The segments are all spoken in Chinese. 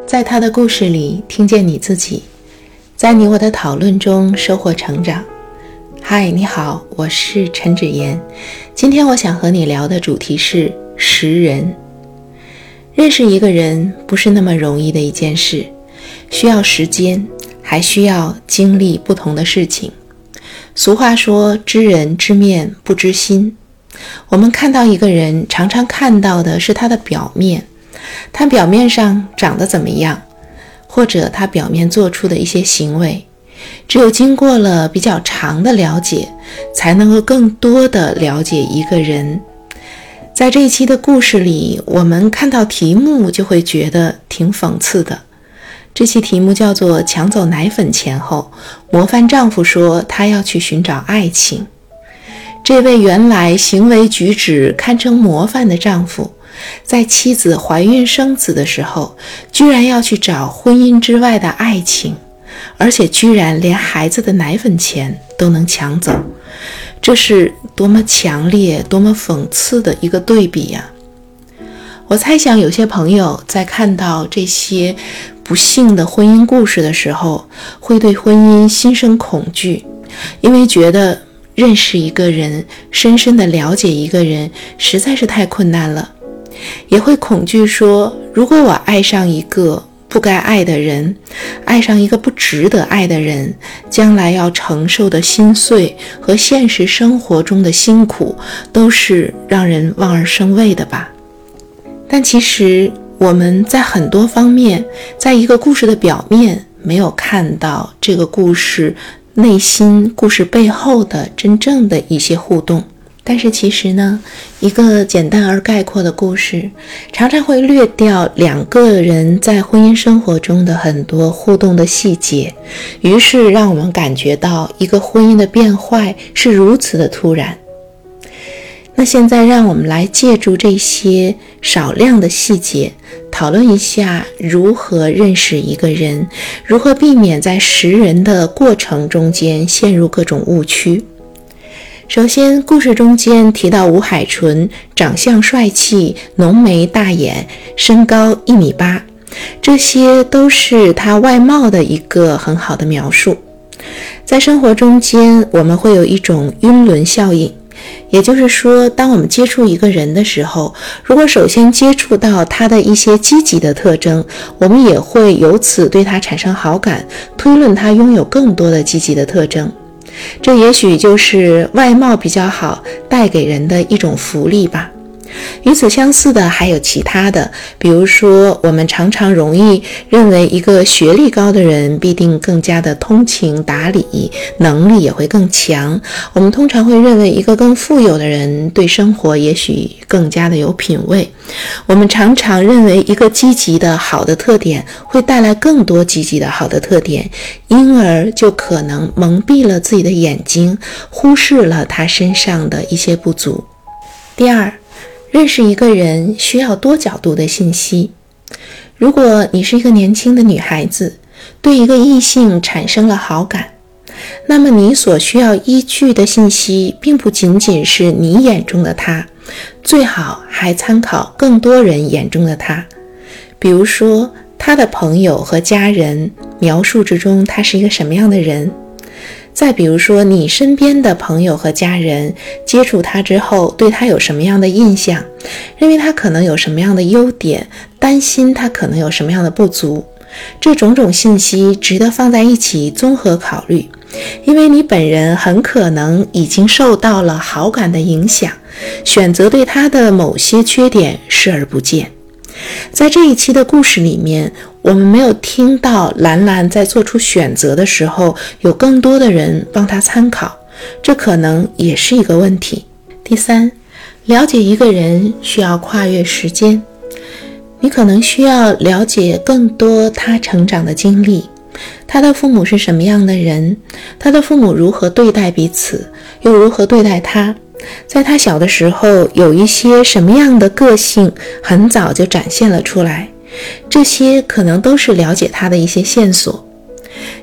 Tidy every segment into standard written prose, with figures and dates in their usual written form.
在他的故事里听见你自己，在你我的讨论中收获成长。嗨，你好，我是陈芷妍。今天我想和你聊的主题是识人。认识一个人不是那么容易的一件事，需要时间，还需要经历不同的事情。俗话说，知人知面不知心。我们看到一个人，常常看到的是他的表面，他表面上长得怎么样，或者他表面做出的一些行为。只有经过了比较长的了解，才能够更多的了解一个人。在这一期的故事里，我们看到题目就会觉得挺讽刺的。这期题目叫做抢走奶粉钱后，模范丈夫说他要去寻找爱情。这位原来行为举止堪称模范的丈夫，在妻子怀孕生子的时候，居然要去找婚姻之外的爱情，而且居然连孩子的奶粉钱都能抢走。这是多么强烈、多么讽刺的一个对比呀！我猜想有些朋友在看到这些不幸的婚姻故事的时候，会对婚姻心生恐惧，因为觉得认识一个人，深深地了解一个人实在是太困难了。也会恐惧说，如果我爱上一个不该爱的人，爱上一个不值得爱的人，将来要承受的心碎和现实生活中的辛苦，都是让人望而生畏的吧。但其实我们在很多方面，在一个故事的表面没有看到这个故事内心故事背后的真正的一些互动。但是其实呢，一个简单而概括的故事常常会略掉两个人在婚姻生活中的很多互动的细节，于是让我们感觉到一个婚姻的变坏是如此的突然。那现在让我们来借助这些少量的细节，讨论一下如何认识一个人，如何避免在识人的过程中间陷入各种误区。首先，故事中间提到吴海纯长相帅气，浓眉大眼，身高1.8米，这些都是他外貌的一个很好的描述。在生活中间，我们会有一种晕轮效应，也就是说，当我们接触一个人的时候，如果首先接触到他的一些积极的特征，我们也会由此对他产生好感，推论他拥有更多的积极的特征。这也许就是外貌比较好带给人的一种福利吧。与此相似的还有其他的，比如说我们常常容易认为一个学历高的人必定更加的通情达理，能力也会更强。我们通常会认为一个更富有的人对生活也许更加的有品味。我们常常认为一个积极的好的特点会带来更多积极的好的特点，因而就可能蒙蔽了自己的眼睛，忽视了他身上的一些不足。第二，认识一个人需要多角度的信息。如果你是一个年轻的女孩子，对一个异性产生了好感，那么你所需要依据的信息并不仅仅是你眼中的他，最好还参考更多人眼中的他。比如说，他的朋友和家人描述之中他是一个什么样的人，再比如说你身边的朋友和家人接触他之后对他有什么样的印象，认为他可能有什么样的优点，担心他可能有什么样的不足。这种种信息值得放在一起综合考虑，因为你本人很可能已经受到了好感的影响，选择对他的某些缺点视而不见。在这一期的故事里面，我们没有听到兰兰在做出选择的时候有更多的人帮她参考，这可能也是一个问题。第三，了解一个人需要跨越时间，你可能需要了解更多他成长的经历，他的父母是什么样的人，他的父母如何对待彼此，又如何对待他，在他小的时候有一些什么样的个性很早就展现了出来，这些可能都是了解他的一些线索。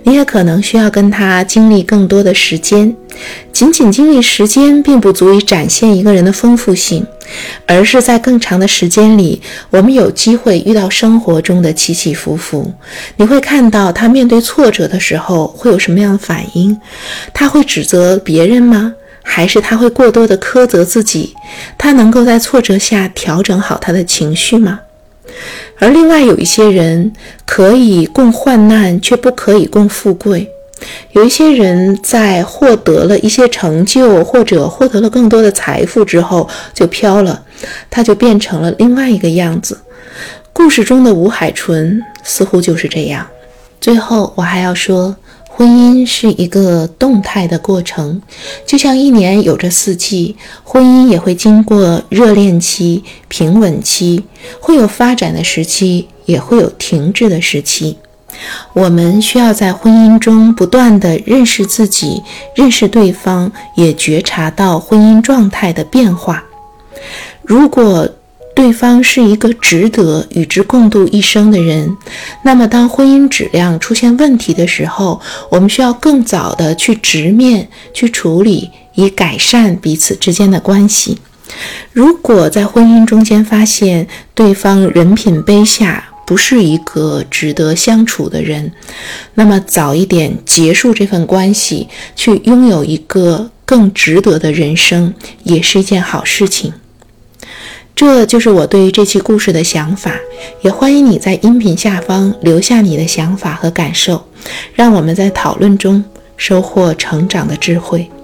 你也可能需要跟他经历更多的时间。仅仅经历时间并不足以展现一个人的丰富性，而是在更长的时间里，我们有机会遇到生活中的起起伏伏。你会看到他面对挫折的时候会有什么样的反应，他会指责别人吗？还是他会过多的苛责自己？他能够在挫折下调整好他的情绪吗？而另外有一些人可以共患难，却不可以共富贵。有一些人在获得了一些成就，或者获得了更多的财富之后就飘了，他就变成了另外一个样子。故事中的吴海纯似乎就是这样。最后我还要说，婚姻是一个动态的过程，就像一年有着四季，婚姻也会经过热恋期、平稳期，会有发展的时期，也会有停滞的时期。我们需要在婚姻中不断地认识自己，认识对方，也觉察到婚姻状态的变化。如果对方是一个值得与之共度一生的人，那么当婚姻质量出现问题的时候，我们需要更早的去直面、去处理，以改善彼此之间的关系。如果在婚姻中间发现对方人品卑下，不是一个值得相处的人，那么早一点结束这份关系，去拥有一个更值得的人生，也是一件好事情。这就是我对于这期故事的想法，也欢迎你在音频下方留下你的想法和感受，让我们在讨论中收获成长的智慧。